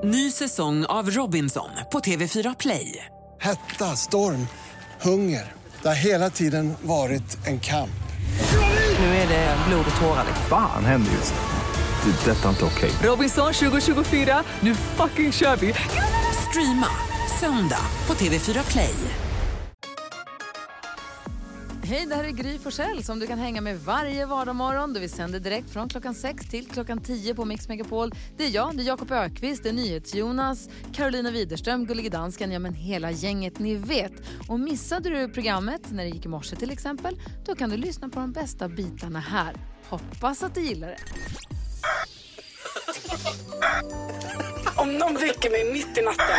Ny säsong av Robinson på TV4 Play. Hetta, storm, hunger. Det har hela tiden varit en kamp. Nu är det blod och tårar. Fan händer just nu. Det. Detta är inte okej. Robinson 2024, nu fucking kör vi. Streama söndag på TV4 Play. Hej, det här är Gry Forssell som du kan hänga med varje vardagsmorgon. Då vi sänder direkt från klockan 6 till klockan 10 på Mix Megapol. Det är jag, det är Jakob Ökvist, det är NyhetsJonas, Carolina Widerström, Gullige Dansken, ja men hela gänget ni vet. Och missade du programmet när det gick i morse till exempel, då kan du lyssna på de bästa bitarna här. Hoppas att du gillar det. Om någon väcker mig mitt i natten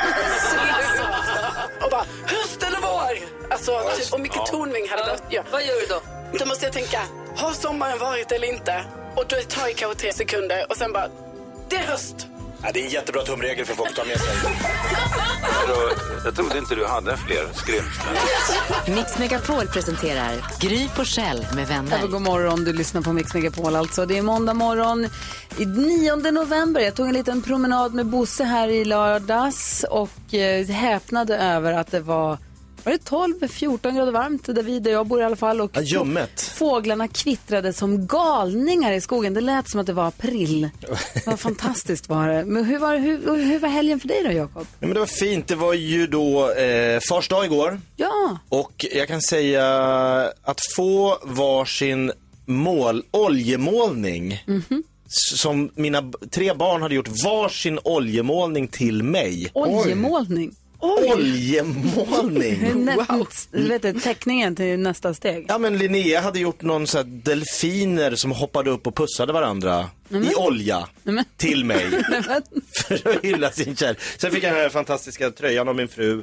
och bara, höst eller vår? Alltså, typ, om Micke Tornving hade behövt, ja. Vad gör du då? Då måste jag tänka, har sommaren varit eller inte? Och då tar jag kanske 3 sekunder och sen bara, det är höst. Ja, det är en jättebra tumregel för folk att ta med sig. Jag trodde inte du hade fler skrymslen. Mix Megapol presenterar Gry Forssell med vänner. God morgon, du lyssnar på Mix Megapol alltså. Det är måndag morgon i 9 november. Jag tog en liten promenad med Bosse här i lördags och häpnade över att det var det 12-14 grader varmt där jag bor i alla fall. Och fåglarna kvittrade som galningar i skogen. Det lät som att det var april. Det var fantastiskt var det. Men hur var helgen för dig då, Jakob? Ja, men det var fint. Det var ju då fars dag igår. Ja. Och jag kan säga att få varsin oljemålning. Som mina 3 barn hade gjort varsin oljemålning till mig. Oljemålning? Oljemålning. Wow. Du vet teckningen till nästa steg. Ja, men Linnea hade gjort någon så här delfiner som hoppade upp och pussade varandra i olja till mig. För att hylla sin kärlek. Sen fick jag den här fantastiska tröjan av min fru.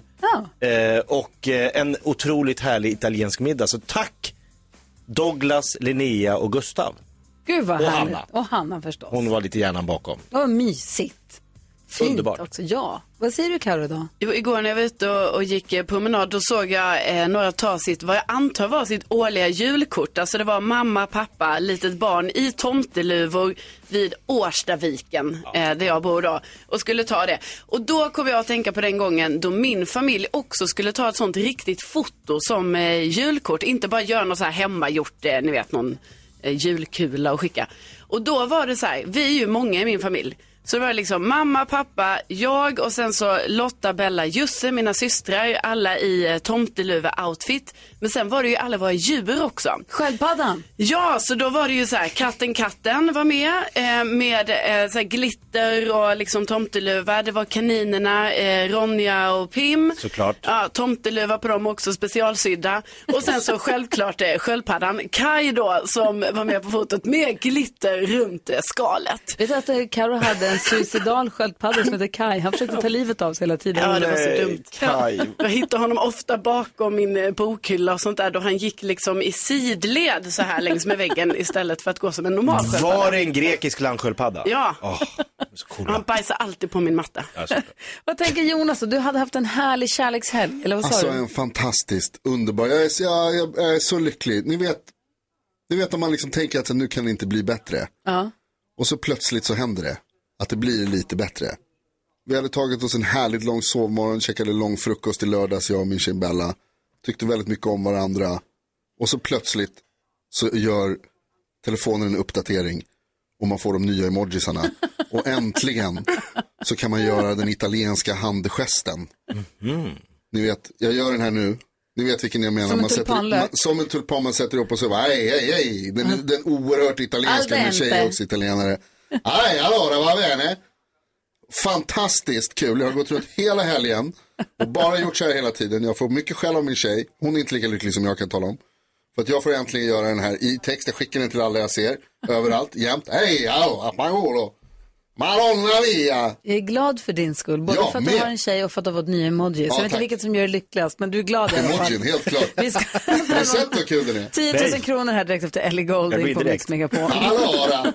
Och en otroligt härlig italiensk middag. Så tack Douglas, Linnea och Gustav. Gud vad och härligt. Hanna. Och Hanna förstås. Hon var lite hjärnan bakom. Vad mysigt. Fint underbart. Också, ja. Vad säger du, Karo, då? Jo, igår när jag var ute och gick promenad, då såg jag några ta vad jag antar var sitt årliga julkort. Alltså det var mamma, pappa, litet barn i tomteluvor vid Årstaviken, där jag bor då, och skulle ta det. Och då kom jag att tänka på den gången då min familj också skulle ta ett sånt riktigt foto som julkort. Inte bara göra något så här hemmagjort, ni vet, någon julkula och skicka. Och då var det så här, vi är ju många i min familj. Så det var liksom mamma, pappa, jag och sen så Lotta, Bella, Jusse, mina systrar, alla i tomteluva-outfit. Men sen var det ju alla våra djur också. Sköldpaddan? Ja, så då var det ju så här, katten var med så här glitter och liksom tomteluva. Det var kaninerna, Ronja och Pim. Såklart. Ja, tomteluva på dem också, specialsydda. Och sen så självklart sköldpaddan Kai då, som var med på fotot med glitter runt skalet. Vet du att Karo hade en suicidal sköldpadda som heter Kai. Han försökte ta livet av sig hela tiden. Ja, det var så dumt. Kai. Jag hittar honom ofta bakom min bokhylla och sånt där, då han gick liksom i sidled så här längs med väggen istället för att gå som en normal sköldpadda. Var det en grekisk landsköldpadda? Ja. Så cool. Han bajsar alltid på min matta. Vad tänker Jonas? Du hade haft en härlig kärlekshelg, eller vad sa du? En fantastiskt underbar. Jag är så lycklig. Ni vet om man liksom tänker att nu kan det inte bli bättre. Ja. Och så plötsligt så händer det. Att det blir lite bättre. Vi hade tagit oss en härligt lång sovmorgon, käkade lång frukost i lördags, jag och min tjej Bella. Tyckte väldigt mycket om varandra. Och så plötsligt så gör telefonen en uppdatering och man får de nya emojisarna. Och äntligen så kan man göra den italienska handgesten. Ni vet, jag gör den här nu. Ni vet vilken jag menar. Som en tulpan. Som en tulpan, man sätter upp och så bara, hej. Den oerhört italienska, min tjej är också italienare. Aj, allora, va bene. Fantastiskt kul. Jag har gått runt hela helgen och bara gjort så här hela tiden. Jag får mycket skäll av min tjej. Hon är inte lika lycklig som jag kan tala om. För att jag får äntligen göra den här i text. Jag skickar den till alla jag ser. Överallt, jämt. Hej, allora, Pangolo. Madonna via. Jag är glad för din skull. Både för att du har en tjej och för att du har fått nya emojis. Jag vet inte vilket som gör det lyckligast, men du är glad i alla fall. Emojin, helt klart. Vi ska har du sett vad kul den är? 10 000 kronor här direkt efter Ellie Goulding på Mix Megapol. Allora.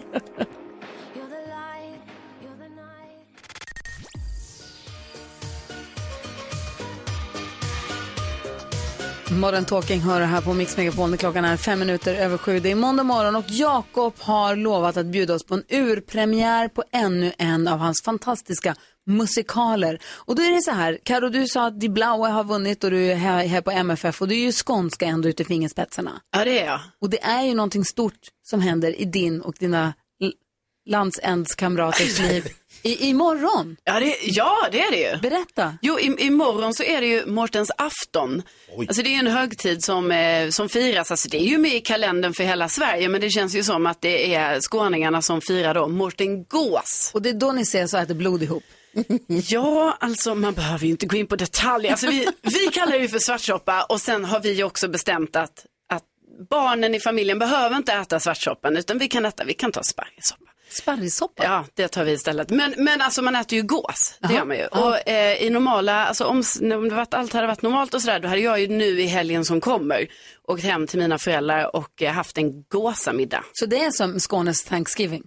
Modern Talking hör här på Mix Megapol. Klockan är 7:05. Det är måndag morgon och Jakob har lovat att bjuda oss på en urpremiär på ännu en av hans fantastiska musikaler. Och då är det så här, Karo, du sa att Die Blaue har vunnit och du är här på MFF och du är ju skånska ändå ute i fingerspetsarna. Ja, det är jag. Och det är ju någonting stort som händer i din och dina landsändskamraters liv imorgon. Ja, det är det ju. Berätta. Jo, imorgon så är det ju Mårtens afton. Oj. Alltså det är ju en högtid som firas. Alltså det är ju med i kalendern för hela Sverige, men det känns ju som att det är skåningarna som firar då Mårten Gås. Och det är då ni ser så att det blod ihop. Ja, alltså man behöver ju inte gå in på detaljer. Alltså vi kallar det ju för svartsoppa och sen har vi också bestämt att barnen i familjen behöver inte äta svartsoppan utan vi kan ta sparrissoppa. Sparrissoppa? Ja, det tar vi istället. Men alltså man äter ju gås, det gör man ju. Och i normala, alltså om allt hade varit normalt och sådär, då hade jag ju nu i helgen som kommer åkt hem till mina föräldrar och haft en gåsamiddag. Så det är som Skånes Thanksgiving?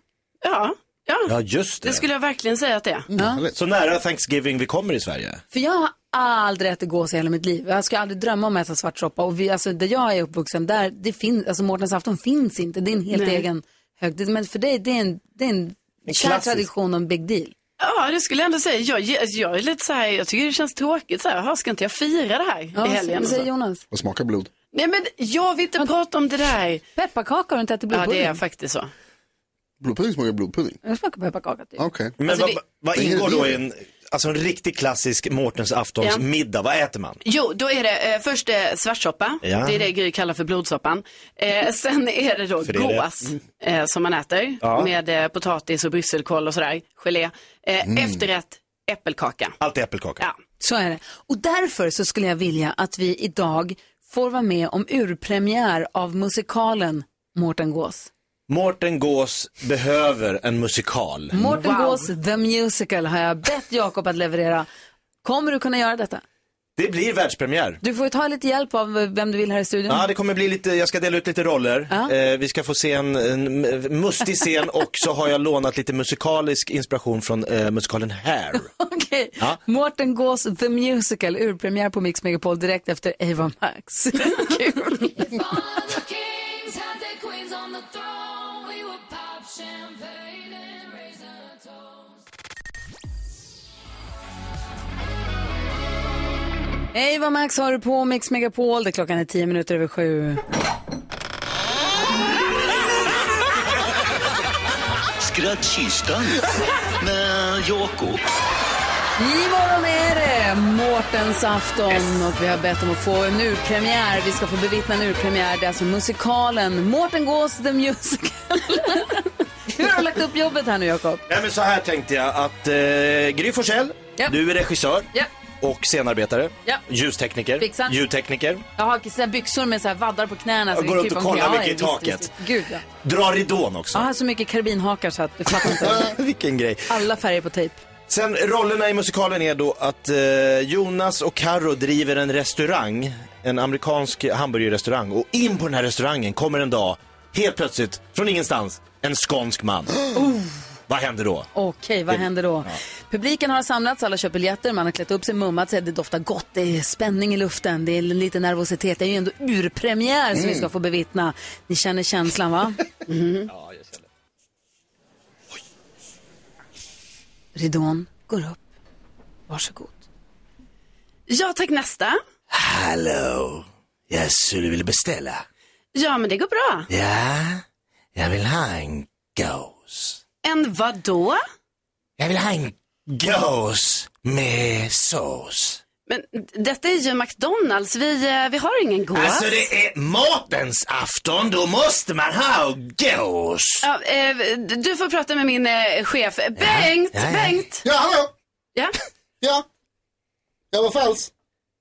Ja, just det. Det skulle jag verkligen säga att det är. Ja. Så nära Thanksgiving vi kommer i Sverige. För jag har aldrig ätit gås i hela mitt liv. Jag skulle aldrig drömma om att äta svartsoppa. Och alltså, där jag är uppvuxen, där det finns, alltså Mårtens afton finns inte. Det är en helt egen högtid. Men för dig, det är en kär tradition och en big deal. Ja, det skulle jag ändå säga. Jag är lite så här, jag tycker det känns tråkigt så här. Ska inte jag fira det här i helgen? Vad säger Jonas? Och smaka blod. Nej, men jag vill inte prata om det där. Pepparkakor, har du inte ätit blodpudding? Ja, det är faktiskt så. Blodpudding smakar blodpudding? Jag smakar pepparkaka typ. Okej. Men Alltså, vad ingår då i en riktigt klassisk Mårtens aftons middag? Vad äter man? Jo, då är det först svartsoppa. Ja. Det är det Gry kallar för blodsoppan. Sen är det då gås som man äter. Ja. Med potatis och brysselkål och sådär. Gelé. Efterrätt, äppelkaka. Allt är äppelkaka. Ja. Så är det. Och därför så skulle jag vilja att vi idag får vara med om urpremiär av musikalen Mårten Gås. Mårten Gås behöver en musikal. Mårten Gås The Musical har jag bett Jakob att leverera. Kommer du kunna göra detta? Det blir världspremiär. Du får ta lite hjälp av vem du vill här i studion. Ja, det kommer bli lite, jag ska dela ut lite roller. Ja. Vi ska få se en mustig scen och så har jag lånat lite musikalisk inspiration från musikalen Hair. Okej. Ja. Mårten Gås The Musical, urpremiär på Mix Megapol direkt efter Ava Max. Kul. Ava Max har du på Mix Megapol. Det klockan är 7:10. Skrattkistan med Jakob. Imorgon är det Mårtens afton och vi har bett om att få en urpremiär. Vi ska få bevittna en urpremiär. Det är alltså musikalen Mårten Gås The Musical. Hur har du lagt upp jobbet här nu, Jakob? Nej, men så här tänkte jag att Gry Forssell, du är regissör. Ja. Och scenarbetare, ljustekniker, ljudtekniker. Jag har så byxor med så här vaddar på knäna. Jag går runt och kollar mycket i taket. Visst. Gud, ja. Dra ridån också. Jag har så mycket karbinhakar så att du fattar inte. Vilken grej. Alla färger på tejp. Sen rollerna i musikalen är då att Jonas och Karo driver en restaurang, en amerikansk hamburgerrestaurang. Och in på den här restaurangen kommer en dag, helt plötsligt, från ingenstans, en skånsk man. Vad händer då? Okej, vad händer då? Ja. Publiken har samlats, alla köper biljetter, man har klätt upp sig, mummat sig, det doftar gott, det är spänning i luften, det är lite nervositet, det är ju ändå urpremiär som vi ska få bevittna. Ni känner känslan, va? Mm. Ja, jag känner. Oj. Ridån går upp. Varsågod. Ja, tack, nästa. Hallå, jag skulle vilja beställa. Ja, men det går bra. Ja, jag vill ha en gås. En vad då? Jag vill ha en gås med sås. Men detta är ju McDonalds, vi har ingen gås. Alltså det är Mårtens afton, då måste man ha gås. Ja, du får prata med min chef. Bengt, ja. Bengt. Ja, hallå. Ja? Ja. Jag var falsk.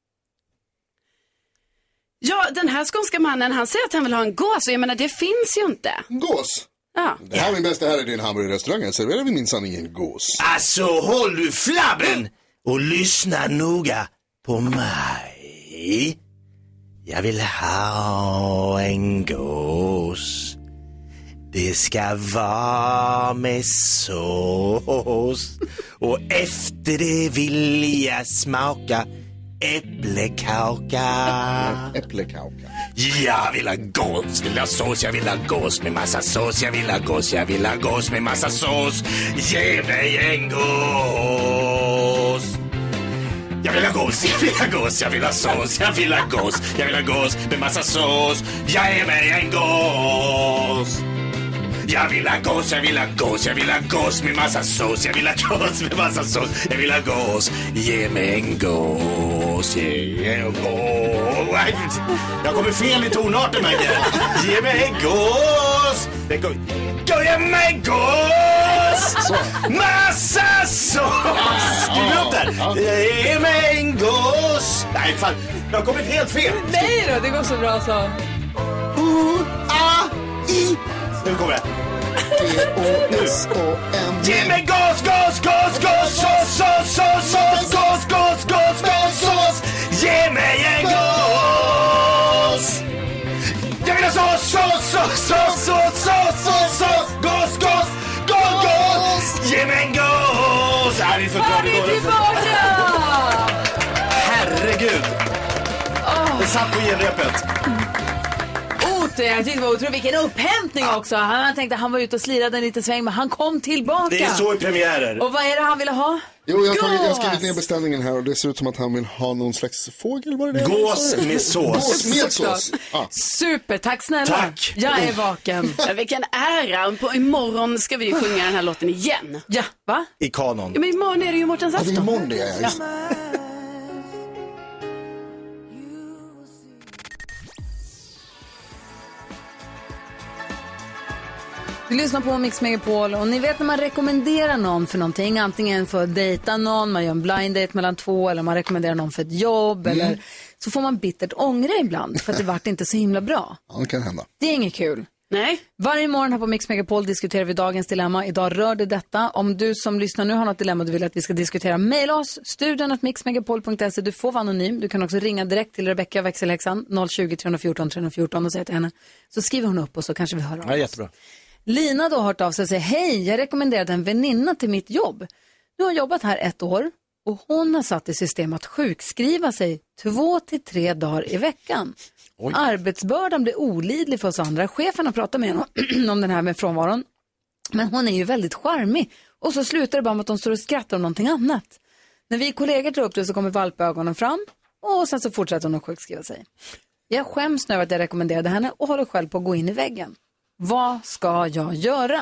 Ja, den här skånska mannen, han säger att han vill ha en gås. Och jag menar, det finns ju inte. Gås? Ja. Det här är min bästa här i din hamburgerrestaurang. Jag serverar vi minsann ingen gås. Alltså håll du flabben och lyssna noga på mig. Jag vill ha en gås. Det ska vara med sås. Och efter det vill jag smaka äppelkaka. Äppelkaka. Jag vill ha gås, vill ha sås, jag vill ha gås med massa sås. Jag vill ha gås, jag vill ha gås med massa sås. Ge mig en gås. Jag vill ha gås, jag vill ha gås, jag vill ha sås. Jag vill ha gås, jag vill ha gås med massa sås. Ge mig en gås. Jag vill ha gås, jag vill ha gås, jag vill ha gås med massa sås. Jag vill ha gås med massa sås. Jag vill ha gås, ge mig en gås. Ge en gås. Jag kommer fel i tonarten, Maggie. Ge mig en gås. Ge mig en gås. Massa sås. Skriv upp där. Ge mig en gås. Nej, fan. Jag har kommit helt fel. Nej då, det går så bra så. I. Nu kommer det. G-O-S-O-M. Ge mig gås, gås, gås, gås, sås, sås, sås, sås, gås, gås, gås, gås, sås. Ge mig en gås. Jag vill ha sås, sås, sås, sås, sås, sås, sås, sås, gås, gås, gås, gås. Ge mig en gås. Nej, vi får ta det. Är tillbaka? Herregud. Det satt på genrepet. Jag tyckte det var otroligt. Vilken upphämtning också. Han tänkte att han var ute och slirade en liten sväng, men han kom tillbaka. Det är så i premiärer. Och vad är det han ville ha? Jo, jag har skrivit ner beställningen här och det ser ut som att han vill ha någon slags fågel. Var det gås med sås. Gås med sås. Super, tack snälla. Tack. Jag är vaken. Ja, vilken ära. Imorgon ska vi sjunga den här låten igen. Ja, va? I kanon. Ja, men imorgon är det ju Mårtens afton. Ja, imorgon det är just. Du lyssnar på Mix Megapol och ni vet när man rekommenderar någon för någonting, antingen för att dejta någon, man gör en blind date mellan två, eller man rekommenderar någon för ett jobb, eller så får man bittert ångra ibland för att det vart inte så himla bra. Ja, det kan hända. Det är inget kul. Nej. Varje morgon här på Mix Megapol diskuterar vi dagens dilemma. Idag rör det detta. Om du som lyssnar nu har något dilemma du vill att vi ska diskutera, mejla oss, studion@mixmegapol.se. Du får vara anonym. Du kan också ringa direkt till Rebecca, växelhäxan, 020-314 314 och säga till henne. Så skriver hon upp och så kanske vi hör av oss. Ja, jättebra. Lina då har hört av sig och säger: hej, jag rekommenderade en väninna till mitt jobb. Nu har jag jobbat här 1 år och hon har satt i system att sjukskriva sig 2 till 3 dagar i veckan. Oj. Arbetsbördan blir olidlig för oss andra. Chefen har pratat med henne om den här med frånvaron. Men hon är ju väldigt charmig. Och så slutar det bara med att de står och skrattar om någonting annat. När vi kollegor tar upp det så kommer valpögonen fram. Och sen så fortsätter hon att sjukskriva sig. Jag skäms nu över att jag rekommenderade henne och håller själv på att gå in i väggen. Vad ska jag göra?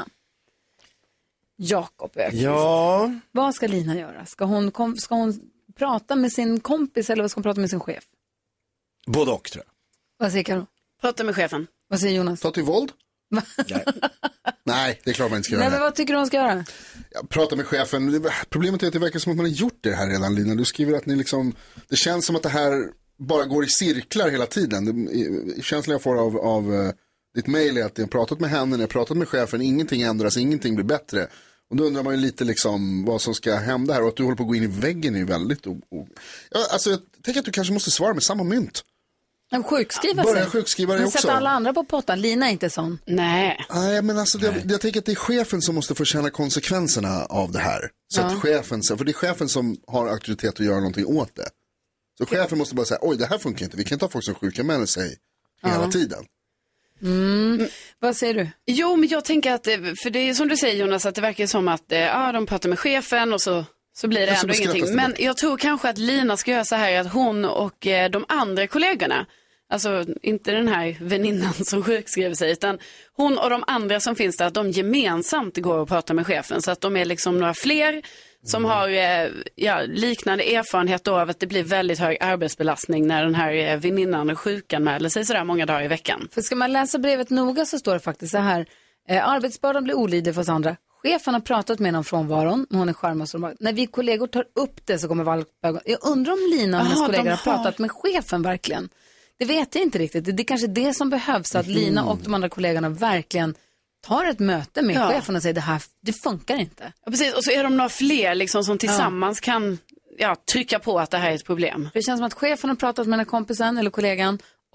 Jakob Öqvist. Ja. Vad ska Lina göra? Ska hon prata med sin kompis eller ska hon prata med sin chef? Både och, tror jag. Vad säger Karo? Prata med chefen. Vad säger Jonas? Ta till våld? Nej, det är klart man inte ska göra. Nej, men vad tycker du hon ska göra? Prata med chefen. Problemet är att det verkar som att man har gjort det här redan, Lina. Du skriver att ni liksom, det känns som att det här bara går i cirklar hela tiden. Känslan jag får av ditt mejl är att ni har pratat med henne, ni har pratat med chefen, ingenting ändras, ingenting blir bättre. Och då undrar man ju lite liksom vad som ska hända här, och att du håller på att gå in i väggen är ju väldigt alltså jag tänker att du kanske måste svara med samma mynt. En sjukskriva sig. Börja sjukskriva dig också. Sätta alla andra på pottan. Lina är inte sån. Nej. Nej, men alltså jag tänker att det är chefen som måste få känna konsekvenserna av det här. Så att chefen, för det är chefen som har auktoritet att göra någonting åt det. Så chefen måste bara säga, oj, det här funkar inte. Vi kan inte ha folk som sjuka med sig hela tiden. Vad säger du? Jo, men jag tänker att, för det är som du säger Jonas, att det verkar som att de pratar med chefen och så blir det ändå ingenting. Men jag tror kanske att Lina ska göra så här att hon och de andra kollegorna, alltså inte den här väninnan som sjukskriver sig, utan hon och de andra som finns där, att de gemensamt går och pratar med chefen, så att de är liksom några fler som har liknande erfarenhet då av att det blir väldigt hög arbetsbelastning när den här väninnan sjukanmäler sig sådär många dagar i veckan. För ska man läsa brevet noga så står det faktiskt så här: arbetsbördan blir olidlig för oss andra. Chefen har pratat med henne om frånvaron, men hon är charmig. När vi kollegor tar upp det så kommer valpögon. Jag undrar om Lina och hennes kollegor har pratat med chefen verkligen. Det vet jag inte riktigt. Det är kanske det som behövs, att Lina och de andra kollegorna verkligen tar ett möte med chefen och säger det funkar inte. Ja, precis. Och så är de några fler liksom, som tillsammans kan trycka på att det här är ett problem. Det känns som att chefen har pratat med den här kompisen eller kollegan och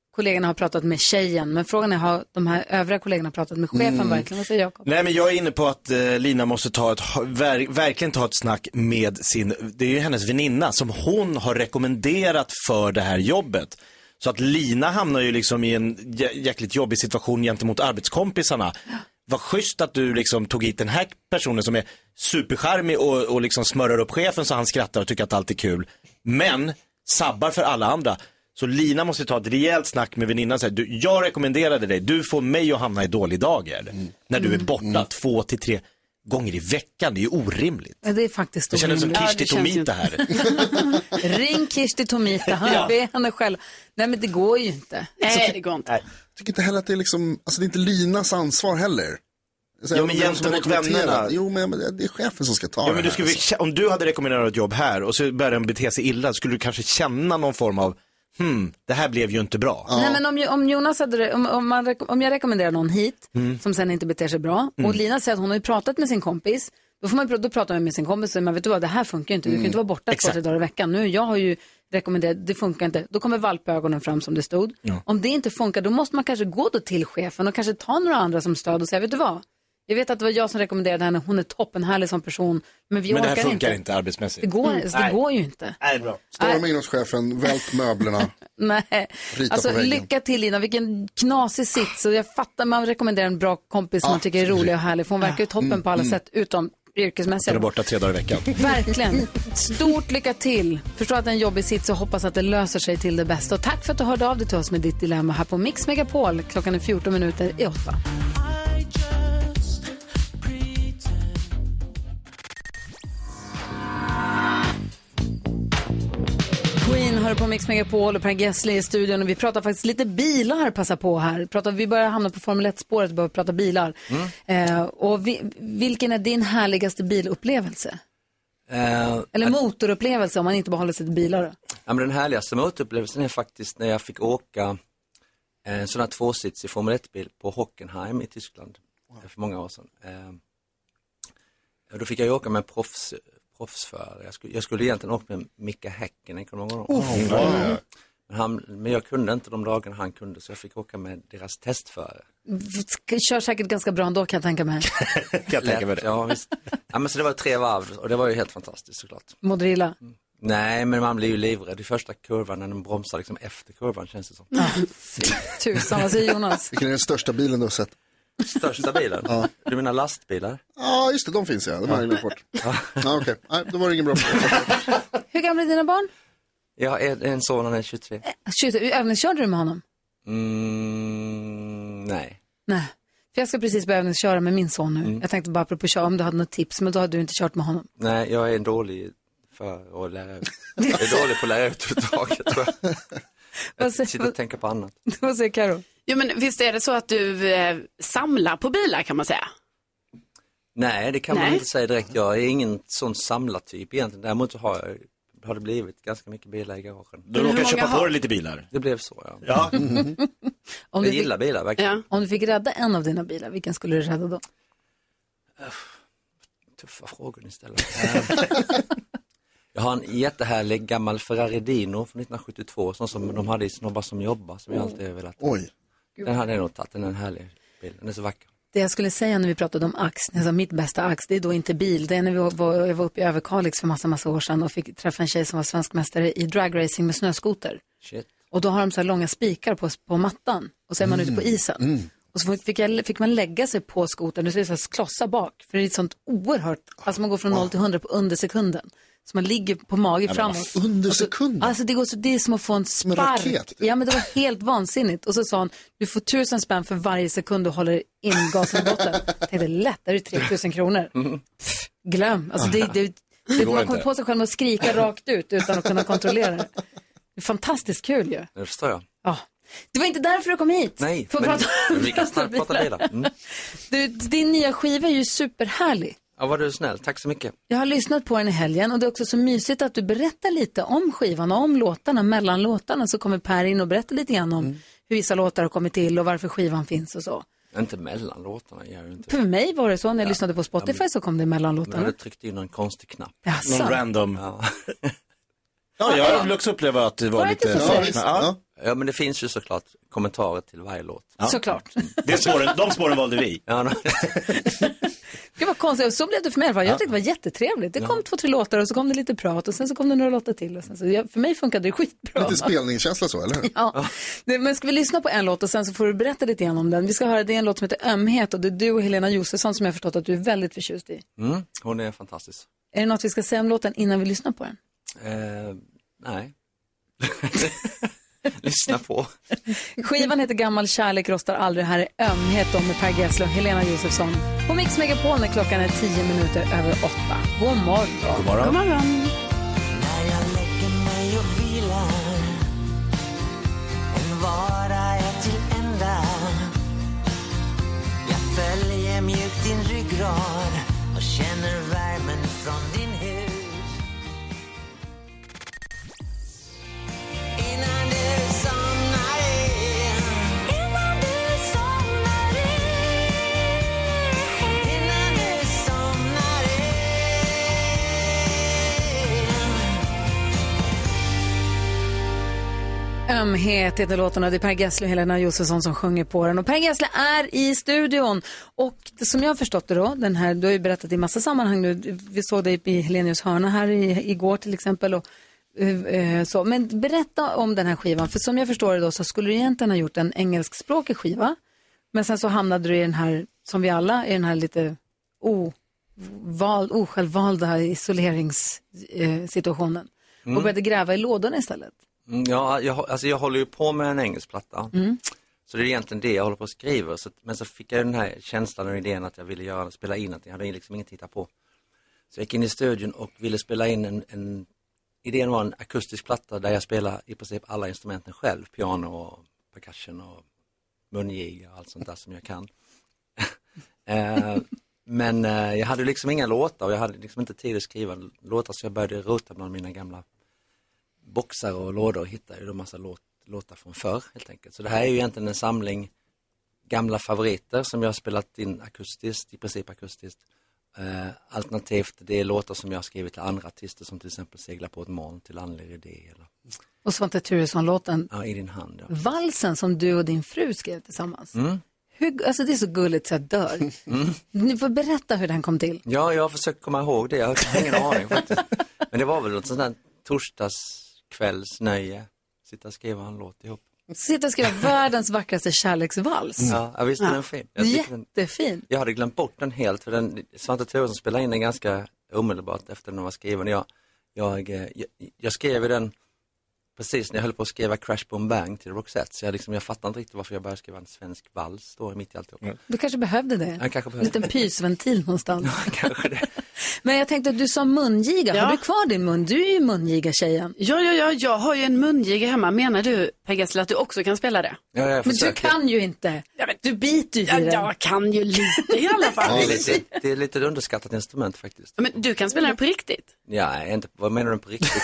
kollegorna har pratat med tjejen. Men frågan är, har de här övriga kollegorna pratat med chefen verkligen? Vad säger Jakob? Nej, men jag är inne på att Lina måste verkligen ta ett snack med det är ju hennes väninna som hon har rekommenderat för det här jobbet. Så att Lina hamnar ju liksom i en jäkligt jobbig situation gentemot arbetskompisarna. Vad schysst att du liksom tog hit den här personen som är supercharmig och liksom smörar upp chefen så han skrattar och tycker att allt är kul. Men sabbar för alla andra. Så Lina måste ta ett rejält snack med väninnan och säga, jag rekommenderade dig, du får mig att hamna i dålig dagar. När du är borta 2 till 3 gånger i veckan, det är ju orimligt. Ja, det är faktiskt orimligt. Jag känner som Kirsti Tomita här. Ring Kirsti Tomita, han ber henne själv. Nej, men det går ju inte. Nej, det går inte. Jag tycker inte heller att det är liksom, alltså det är inte Linas ansvar heller. Jo, men gentemot vännerna. Jo, men det är chefen som ska ta det men om du hade rekommenderat ett jobb här och så började den bete sig illa, skulle du kanske känna någon form av det här blev ju inte bra. Ja. Nej, men om Jonas hade om jag rekommenderar någon hit som sen inte beter sig bra och Lina säger att hon har ju pratat med sin kompis, då pratar man med sin kompis och man vet du vad, det här funkar ju inte. Du kan inte vara borta 2-3 dagar i veckan. Nu, jag har ju rekommenderat, det funkar inte. Då kommer valpögonen fram som det stod. Ja. Om det inte funkar, då måste man kanske gå då till chefen och kanske ta några andra som stöd och säga, vet du vad? Jag vet att det var jag som rekommenderade henne, hon är toppenhärlig som person. Men det här funkar inte arbetsmässigt. Det går ju inte. Nej, bra. Står med ingångschefen, vält möblerna. Nej, alltså lycka till Lina, vilken knasig sits. Och jag fattar, man rekommenderar en bra kompis som man tycker är rolig och härlig. För hon verkar ju toppen på alla sätt, utom yrkesmässigt. Är borta 3 dagar i veckan. Verkligen. Stort lycka till. Förstår att det är en jobbig sits och hoppas att det löser sig till det bästa. Och tack för att du hörde av dig till oss med ditt dilemma här på Mix Megapol. Klockan är 14:14. Queen hör på Mix Megapol och Per Gessle i studion och vi pratar faktiskt lite bilar, passa på här. Vi börjar hamna på Formel 1-spåret och börjar prata bilar. Och vilken är din härligaste bilupplevelse? Eller motorupplevelse om man inte bara håller sig till bilar då? Ja, men den härligaste motorupplevelsen är faktiskt när jag fick åka en sån här 2-sitsig Formel 1-bil på Hockenheim i Tyskland för många år sedan. Då fick jag åka med en proffsförare. Jag skulle egentligen åka med Mika Häkkinen. Men jag kunde inte de dagarna han kunde, så jag fick åka med deras testförare. Kör säkert ganska bra ändå, kan jag tänka mig. Ja, visst. Ja, men så det var 3 varv och det var ju helt fantastiskt såklart. Modrilla? Nej, men man blir ju livrädd i första kurvan när den bromsar liksom efter kurvan, känns det som. Tusan, vad säger Jonas? Vilken är den största bilen du har sett? Största bilen? Ja. Du menar lastbilar? Ja, just det, de finns de har jag glömt bort. Okej. Nej, då var det ingen bra. Hur gamla är dina barn? Jag är en son, han är 23. 23, övningskörde du med honom? Nej. För jag ska precis börja övningsköra med min son nu. Jag tänkte bara apropå köra, om du hade något tips, men då hade du inte kört med honom. Nej, jag är dålig för att lära ut. Jag är dålig på att lära ut överhuvudtaget, tror jag. Sitter och tänker på annat. Vad säger Karo? Jo, men visst är det så att du samlar på bilar, kan man säga? Nej, det kan man inte säga direkt. Jag är ingen sån samlartyp egentligen. Däremot har det blivit ganska mycket bilar i garagen. Du råkar köpa på dig lite bilar? Det blev så, ja. Jag gillar bilar, verkligen. Ja. Om du fick rädda en av dina bilar, vilken skulle du rädda då? Tuffa frågor ni ställer. Jag har en jättehärlig gammal Ferrari Dino från 1972, sån som de hade i Snobbar som jobbar, som jag alltid har velat. Oj. Den hade jag nog tagit, den är en härlig bil, den är så vacker. Det jag skulle säga när vi pratade om ax, alltså mitt bästa ax, det är då inte bil. Det är när jag var uppe i Överkalix för massa år sedan och fick träffa en tjej som var svensk mästare i dragracing med snöskoter. Shit. Och då har de så här långa spikar på mattan och så är man ute på isen. Och så fick man lägga sig på skotern och så är det så här klossa bak. För det är ett sånt oerhört, alltså man går från 0 till 100 på under sekunden. Så man ligger på mage framåt. Under sekunden? Alltså det är som att få en spark. Ja, men det var helt vansinnigt. Och så sa hon, du får 1000 spänn för varje sekund du håller in gasen i botten. Jag tänkte, lätt, det är 3000 kronor. Glöm. Alltså man kommer på sig själv att skrika rakt ut utan att kunna kontrollera det. Det är fantastiskt kul ju. Det förstår jag. Ja. Det var inte därför du kom hit. Nej, men vi kan snart prata bilar. Din nya skiva är ju superhärlig. Ja, var du snäll. Tack så mycket. Jag har lyssnat på den i helgen och det är också så mysigt att du berättar lite om skivan och om låtarna, mellan låtarna, så kommer Per in och berättar lite grann om hur vissa låtar har kommit till och varför skivan finns och så. Inte mellan låtarna, gör du inte. För mig var det så, när jag lyssnade på Spotify så kom det mellan låtarna. Men du tryckte in en konstig knapp. Någon random. Ja, jag har också upplevt att det var lite... Ja, men det finns ju såklart kommentarer till varje låt. Ja. Såklart. De spåren valde vi. Ja, det var konstigt, så blev det för mig. Jag tyckte det var jättetrevligt. Det kom 2-3 låtar och så kom det lite prat och sen så kom det några låtar till. Och sen så, för mig funkade det skitbra. Lite spelningskänsla så, eller hur? Ja, men ska vi lyssna på en låt och sen så får du berätta lite grann om den. Vi ska höra, det är en låt som heter Ömhet och det är du och Helena Josefsson som jag har förstått att du är väldigt förtjust i. Hon är fantastisk. Är det något vi ska säga om låten innan vi lyssnar på den? Nej. Lyssna på. Skivan heter Gammal kärlek rostar aldrig. Här är Ömhet med Per Gessle och Helena Josefsson. På Mix Megapol när klockan är 10 minuter över 8. God morgon. God morgon. God morgon. När jag lägger mig och vilar, en vara är till ända. Jag följer mjukt din ryggrad och känner värmen från din hud. Ömhet heter låten och det är Per Gessle och Helena Josefsson som sjunger på den. Och Per Gessle är i studion. Och som jag har förstått det då, den här, du har ju berättat i massa sammanhang nu. Vi såg dig i Helenius hörna här igår till exempel. Och, så. Men berätta om den här skivan. För som jag förstår det då så skulle du egentligen ha gjort en engelskspråkig skiva. Men sen så hamnade du i den här, som vi alla, i den här lite osjälvvalda isoleringssituationen. Och började gräva i lådorna istället. Ja, jag håller ju på med en engelsk platta. Så det är egentligen det jag håller på att skriva. Men så fick jag den här känslan och idén att jag ville spela in att jag hade liksom inget att titta på. Så jag gick in i studion och ville spela in idén var en akustisk platta där jag spelar i princip alla instrumenten själv. Piano och percussion och mungiga och allt sånt där som jag kan. Men jag hade liksom inga låtar och jag hade liksom inte tid att skriva låtar så jag började rota bland mina gamla boxar och lådor och hittade ju en massa låtar från förr helt enkelt. Så det här är ju egentligen en samling gamla favoriter som jag har spelat in akustiskt, i princip akustiskt. Alternativt det är låtar som jag har skrivit till andra artister som till exempel Seglar på ett moln till Anneli Rydé eller... Och Svante Thuresson-låten. Ja, I din hand. Ja. Valsen som du och din fru skrev tillsammans. Alltså det är så gulligt så jag dör. Ni får berätta hur den kom till. Ja, jag har försökt komma ihåg det. Jag har ingen aning faktiskt. Men det var väl något sånt där torsdagskvällsnöje. Sitta och skriva en låt ihop. Sitta och skriva världens vackraste kärleksvals. Ja, visst är den fin. Jättefin. Jag hade glömt bort den helt. För Svante Thuresson spelade in den ganska omedelbart efter den var skriven. Jag skrev den precis när jag höll på att skriva Crash Boom Bang till Roxette. Så jag fattar inte riktigt varför jag började skriva en svensk vals då mitt i alltihop. Du kanske behövde det. Jag kanske behövde. En liten pysventil någonstans. Ja, kanske det. Men jag tänkte att du sa mungiga. Ja. Har du kvar din mun? Du är ju mungiga-tjejen. Ja, jag har ju en mungiga hemma. Menar du, Per Gessle, att du också kan spela det? Ja, men du kan ju inte. Du biter ju i den. Jag kan ju lite i alla fall. Det är lite ett underskattat instrument faktiskt. Men du kan spela den på riktigt? Ja, inte. Vad menar du på riktigt?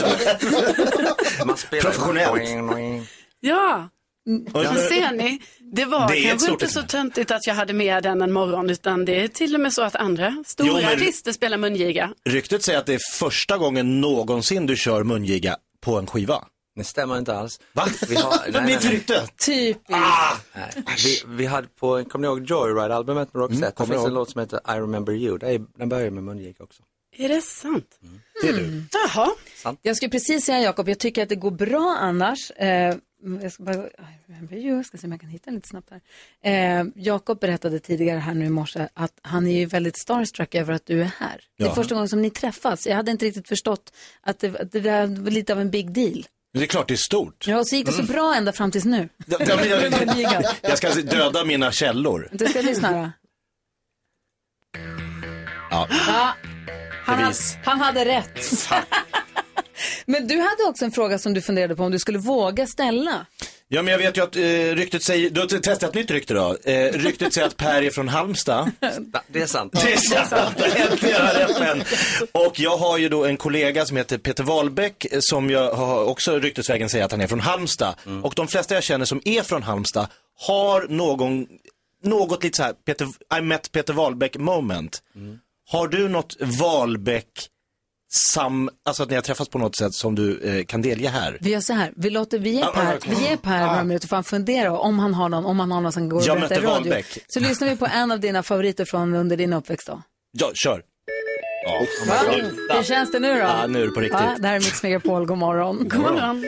Man spelar professionellt. Ja. Ser ni, det kanske inte så töntigt att jag hade med den en morgon, utan det är till och med så att andra stora artister spelar mungiga. Ryktet säger att det är första gången någonsin du kör mungiga på en skiva. Det stämmer inte alls. Va? Det blir ett rykte. Typiskt. Vi hade kommer ni ihåg Joyride-albumet med Roxette? Det finns en låt som heter I Remember You. Den börjar med mungiga också. Är det sant? Det är du. Jaha. Jag skulle precis säga, Jakob, jag tycker att det går bra annars. Jag ska se om jag kan hitta den lite snabbt här. Jakob berättade tidigare här nu i morse att han är ju väldigt starstruck över att du är här. Det är första gången som ni träffas. Jag hade inte riktigt förstått att det var lite av en big deal. Det är klart det är stort. Ja, och så gick det så bra ända fram tills nu. Jag ska döda mina källor. Du ska lyssna då. Ja. Han hade rätt. Men du hade också en fråga som du funderade på om du skulle våga ställa. Ja, men jag vet ju att ryktet säger, du har testat ett nytt rykte då. Ryktet säger att Per är från Halmstad. Det är sant. Det är sant. Äntligen har rätt, men. Och jag har ju då en kollega som heter Peter Wahlbeck som jag har också ryktesvägen säger att han är från Halmstad. Och de flesta jag känner som är från Halmstad har något lite så här I met Peter Wahlbeck moment. Har du något Wahlbeck alltså att ni har träffats på något sätt som du kan delge här? Vi gör så här, vi ger Per några minuter för han fundera om han har någon som går och berättar i radio. Wahlbeck. Så lyssnar vi på en av dina favoriter från under din uppväxt då. Ja, kör. Hur känns det nu då? Ja, nu är det på riktigt. Det här är Mix Megapol, god morgon. God morgon.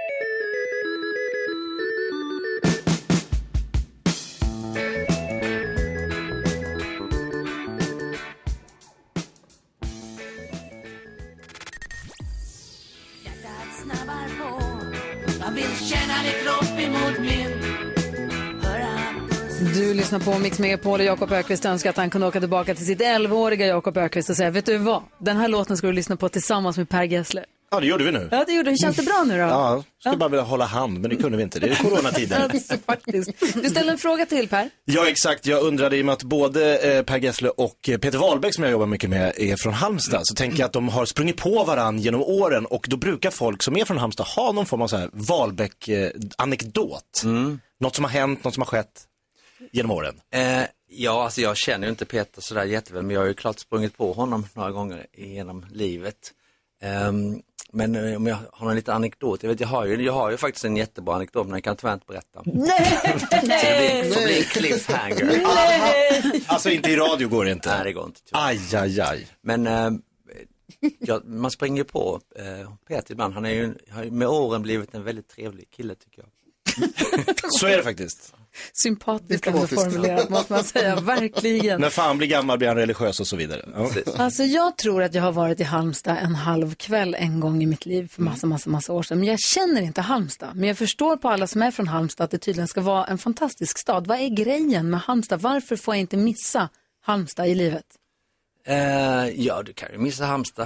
Du lyssnar på Mix Megapol och Jakob Ökvist önskar att han kunde åka tillbaka till sitt 11-åriga Jakob Ökvist och säga, vet du vad? Den här låten ska du lyssna på tillsammans med Per Gessler. Ja, det gjorde vi nu. Ja, det gjorde. Hur känns det bra nu då? Ja, skulle bara vilja hålla hand, men det kunde vi inte. Det är coronatider. Alltså, faktiskt. Du ställde en fråga till Per. Ja, exakt. Jag undrade i och med att både Per Gessler och Peter Wahlbeck som jag jobbar mycket med är från Halmstad. Så tänker jag att de har sprungit på varann genom åren och då brukar folk som är från Halmstad ha någon form av så här Wahlbeck-anekdot. Något som har hänt, något som har skett genom åren. Ja, alltså jag känner ju inte Peter sådär jätteväl, men jag har ju klart sprungit på honom några gånger genom livet. Men om jag har någon liten anekdot, jag har ju faktiskt en jättebra anekdot, men jag kan tyvärr inte berätta. Nej! Så det blir en cliffhanger. Alltså inte i radio går det inte. Nej, det går inte. Aj. Men man springer på Peter ibland. Han har ju med åren blivit en väldigt trevlig kille tycker jag. Så är det faktiskt. Sympatiskt ändå formulerat måste man säga, verkligen. När fan blir gammal blir han religiös och så vidare. Ja. Alltså jag tror att jag har varit i Halmstad en halv kväll en gång i mitt liv för massa år sedan. Men jag känner inte Halmstad. Men jag förstår på alla som är från Halmstad att det tydligen ska vara en fantastisk stad. Vad är grejen med Halmstad? Varför får jag inte missa Halmstad i livet? Ja, du kan ju missa Halmstad.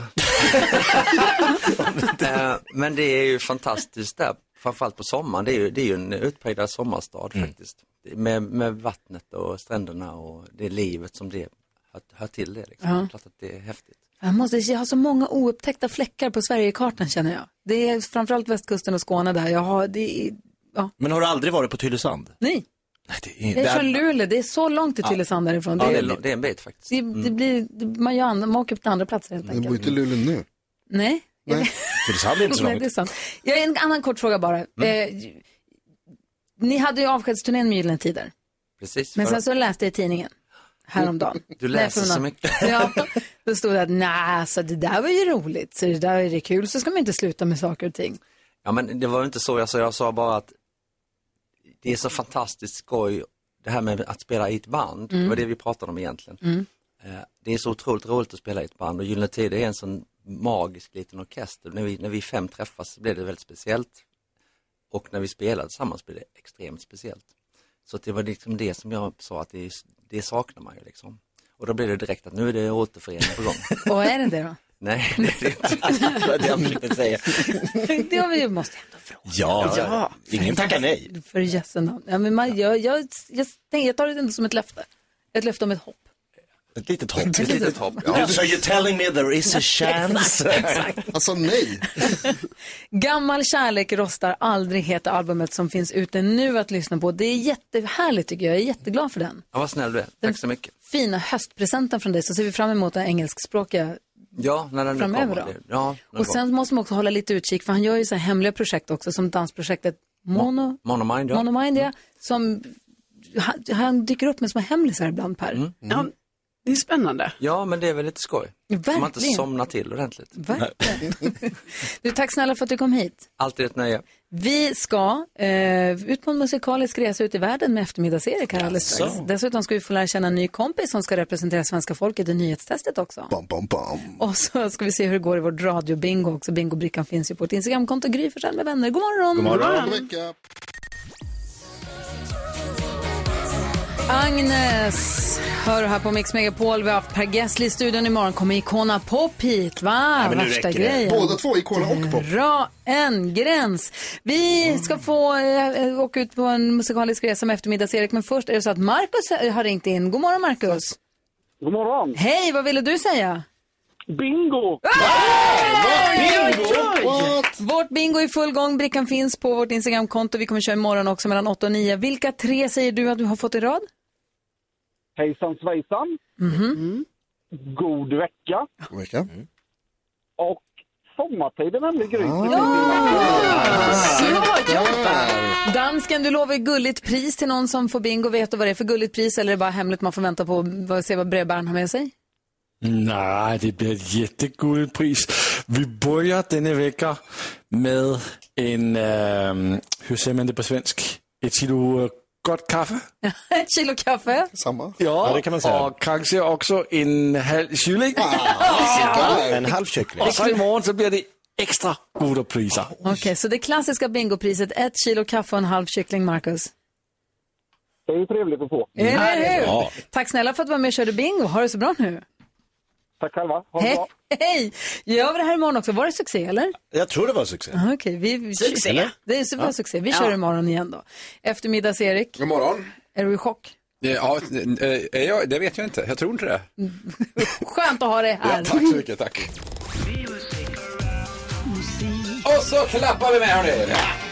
Men det är ju fantastiskt där. Framförallt på sommaren, det är ju en utpräglad sommarstad faktiskt. Med vattnet och stränderna och det livet som det hör till det. Liksom. Klart att det är häftigt. Jag har så många oupptäckta fläckar på Sverigekartan känner jag. Det är framförallt västkusten och Skåne där. Men har du aldrig varit på Tylösand? Nej. Jag är från Luleå, det är så långt till Tylösand därifrån. Ja, det är en bit faktiskt. Man åker upp till andra platser helt enkelt. Du bor inte i Luleå nu? Nej. Tylösand är inte så långt. Nej, det är sant. Jag har en annan kort fråga bara. Ni hade ju avskedsturnén med Gyllene Tider. Precis. Men sen så läste jag i tidningen häromdagen. Du läser så mycket. Ja, då stod det att så det där var ju roligt. Så det där är det kul, så ska man inte sluta med saker och ting. Ja, men det var ju inte så jag sa bara att det är så fantastiskt skoj det här med att spela i ett band. Det var det vi pratade om egentligen. Det är så otroligt roligt att spela i ett band och Gyllene Tider är en sån magisk liten orkester. När vi 5 träffas så blev det väldigt speciellt. Och när vi spelade tillsammans blev det extremt speciellt. Så det var liksom det som jag sa att det saknar man ju liksom. Och då blev det direkt att nu är det återförening på gång. Och är det då? Nej, det är inte det jag försökte säga. Det måste jag ändå fråga. Ja. Ingen tackar nej. För jössen. Ja, men jag tar det ändå som ett löfte. Ett löfte om ett hopp. Ett litet hopp. Ett litet hopp, ja. So you're telling me there is a chance? Exakt. Alltså nej. Gammal kärlek rostar aldrig heter albumet som finns ute nu att lyssna på. Det är jättehärligt tycker jag. Jag är jätteglad för den. Ja, vad snäll du är. Tack så mycket. Fina höstpresenten från dig, så ser vi fram emot den engelskspråkiga. Ja, när den framöver kommer. Då. Ja, och sen måste man också hålla lite utkik, för han gör ju så här hemliga projekt också, som dansprojektet Monomind, ja. Monomind, ja. Som han dyker upp med små hemlisar ibland, Per. Ja, det är spännande. Ja, men det är väl lite skoj. Verkligen. Man inte somnar till ordentligt. Verkligen. Du, tack snälla för att du kom hit. Alltid ett nöje. Vi ska ut på en musikalisk resa ut i världen med eftermiddags-Erik här alldeles strax. Dessutom ska vi få lära känna en ny kompis som ska representera svenska folket i nyhetstestet också. Och så ska vi se hur det går i vårt radiobingo också. Bingobrickan finns ju på ett Instagramkonto, Gry Forssell med vänner. God morgon! God morgon! Agnes, hör här på Mix Megapol. Vi har haft Per Gessler i studion. Imorgon kommer Icona Pop hit, va? Värsta grejen. Båda två, Icona och Pop. Dra en gräns. Vi ska få åka ut på en musikalisk resa med eftermiddags-Erik. Men först är det så att Marcus har ringt in. God morgon, Marcus. God morgon. Hej, vad ville du säga? Bingo! Vårt bingo är i full gång. Brickan finns på vårt Instagramkonto. Vi kommer köra imorgon också mellan 8 och 9. Vilka 3 säger du att du har fått i rad? Hejsan svejsan. God vecka. God vecka. Och sommartiden nämligen Gry. Dansken, du lovar gulligt pris till någon som får bingo. Vet du vad det är för gulligt pris, eller är det bara hemligt man får vänta på att se vad brevbäraren har med sig? Nej, det blir ett jättegulligt pris. Vi börjar denna vecka med en, hur säger man det på svensk? Ett kilo gott kaffe. Ett kilo kaffe? Samma. Ja, det kan man säga. Och kanske också en halv kylling. En halv kyckling. Och så imorgon så blir det extra goda priser. Okej, så det klassiska bingopriset, 1 kilo kaffe och en halv kyckling, Marcus. Det är ju trevligt att få. Ja. Tack snälla för att du var med och körde bingo. Ha det så bra nu. Tack själva. Ha det bra. Hej! Gör vi det här imorgon också? Var det succé eller? Jag tror det var succé. Okej, Succé. Det är super succé. Vi kör imorgon igen då. Eftermiddags, Erik. God morgon. Är du i chock? Ja, det vet jag inte. Jag tror inte det. Skönt att ha dig här. Ja, tack så mycket, tack. Och så klappar vi med hörni.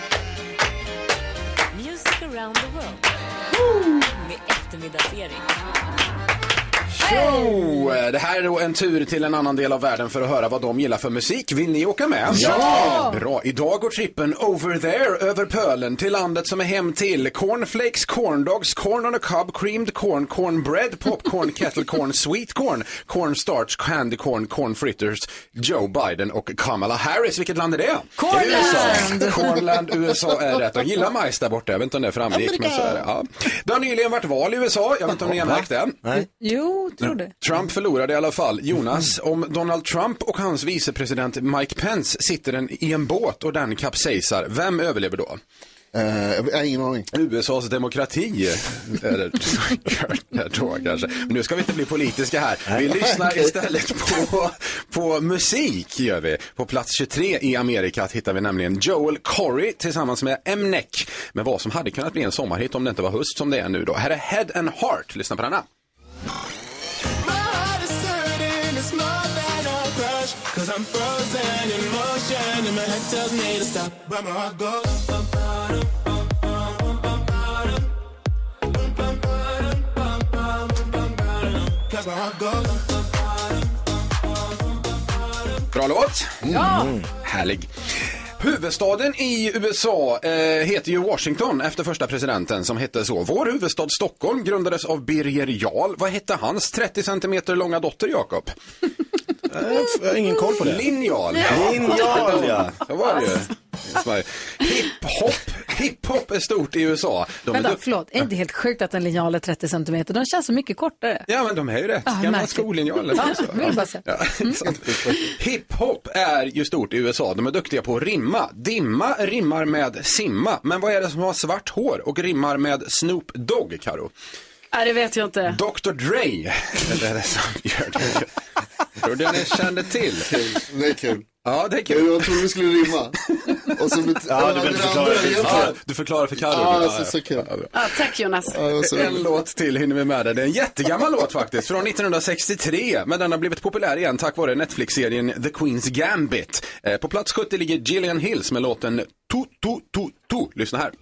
Music around the world. Med eftermiddags-Erik. Det här är då en tur till en annan del av världen för att höra vad de gillar för musik. Vill ni åka med? Ja! Bra. Idag går trippen over there, över pölen, till landet som är hem till cornflakes, corndogs, corn on a cob, creamed corn, cornbread, popcorn, kettle corn, sweet corn, cornstarch, candy corn, corn fritters, Joe Biden och Kamala Harris. Vilket land är det? Cornland! Cornland, USA är rätt. Jag gillar majs där borta. Jag vet inte om det framgick, men så är det. Ja. Det har nyligen varit val i USA. Jag vet inte om ni har märkt det. Nej. Jo, tror det. Trump förlorade i alla fall. Jonas, om Donald Trump och hans vicepresident Mike Pence sitter i en båt och den kapsejsar, vem överlever då? Jag har ingen aning. USAs demokrati är det då kanske. Men nu ska vi inte bli politiska här. Vi lyssnar istället på musik gör vi. På plats 23 i Amerika hittar vi nämligen Joel Corey tillsammans med Mnek. Men vad som hade kunnat bli en sommarhit om det inte var höst som det är nu då. Här är Head and Heart. Lyssna på denna. Cause I'm frozen in motion and my head tells me to stop, but my heart goes cause my heart goes. Bra låt. Ja. Härlig. Huvudstaden i USA heter ju Washington efter första presidenten som hette så. Vår huvudstad Stockholm grundades av Birger Jarl. Vad hette hans 30 centimeter långa dotter, Jakob? Jag har ingen koll på det. Linjal. Linjal, ja. Så var det ju. Hiphop är stort i USA. Förlåt, är det helt sjukt att en linjal är 30 centimeter? De känns så mycket kortare. Ja, men de är ju rätt. Gamla skollinjaler. Hiphop är ju stort i USA. De är duktiga på att rimma. Dimma rimmar med simma. Men vad är det som har svart hår och rimmar med Snoop Dogg, Karo? Nej, det vet jag inte. Dr. Dre. Det är det som gör det. Och den är kände till. Det är kul. Ja, det är kul. Jag trodde vi skulle rimma. Och så du förklarar för Karo. Ja, så kul. Tack Jonas. En låt till hinner vi med det. Det är en jättegammal låt faktiskt. Från 1963. Men den har blivit populär igen tack vare Netflix-serien The Queen's Gambit. På plats 70 ligger Gillian Hills med låten Tu. Lyssna här.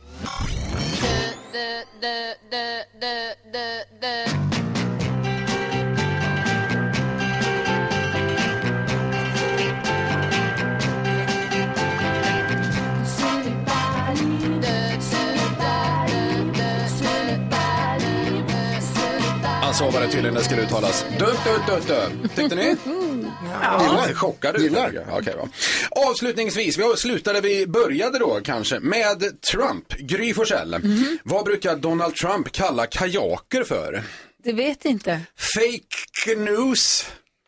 Så var det tydligen det skulle uttalas. Dö. Tyckte ni? Ja. Chockade ut. Okej, bra. Avslutningsvis, vi började då kanske med Trump, Gry Forssell. Vad brukar Donald Trump kalla kajaker för? Det vet inte. Fake news.